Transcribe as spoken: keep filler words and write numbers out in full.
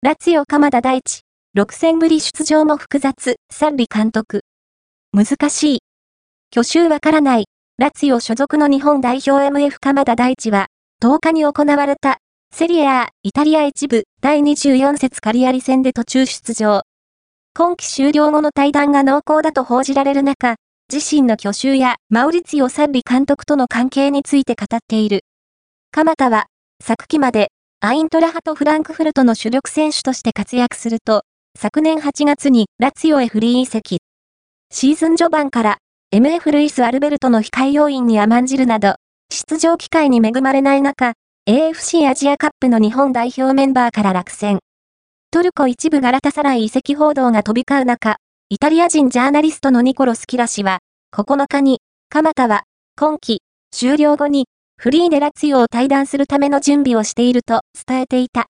ラツィオ鎌田大地、ろく戦ぶり出場も複雑、サッリ監督。難しい。去就わからない、ラツィオ所属の日本代表 エムエフ 鎌田大地は、とおかに行われた、セリエ A イタリア一部第にじゅうよん節カリアリ戦で途中出場。今季終了後の対談が濃厚だと報じられる中、自身の去就やマウリツィオ・サッリ監督との関係について語っている。鎌田は、昨季まで、アイントラハトフランクフルトの主力選手として活躍すると、昨年はちがつにラツィオへフリー移籍。シーズン序盤から、エムエフ ルイス・アルベルトの控え要員に甘んじるなど、出場機会に恵まれない中、エーエフシー アジアカップの日本代表メンバーから落選。トルコ一部ガラタサライ移籍報道が飛び交う中、イタリア人ジャーナリストのニコロス・キラ氏は、ここのかに、鎌田は、今季、終了後に、フリーでラツィオを退団するための準備をしていると伝えていた。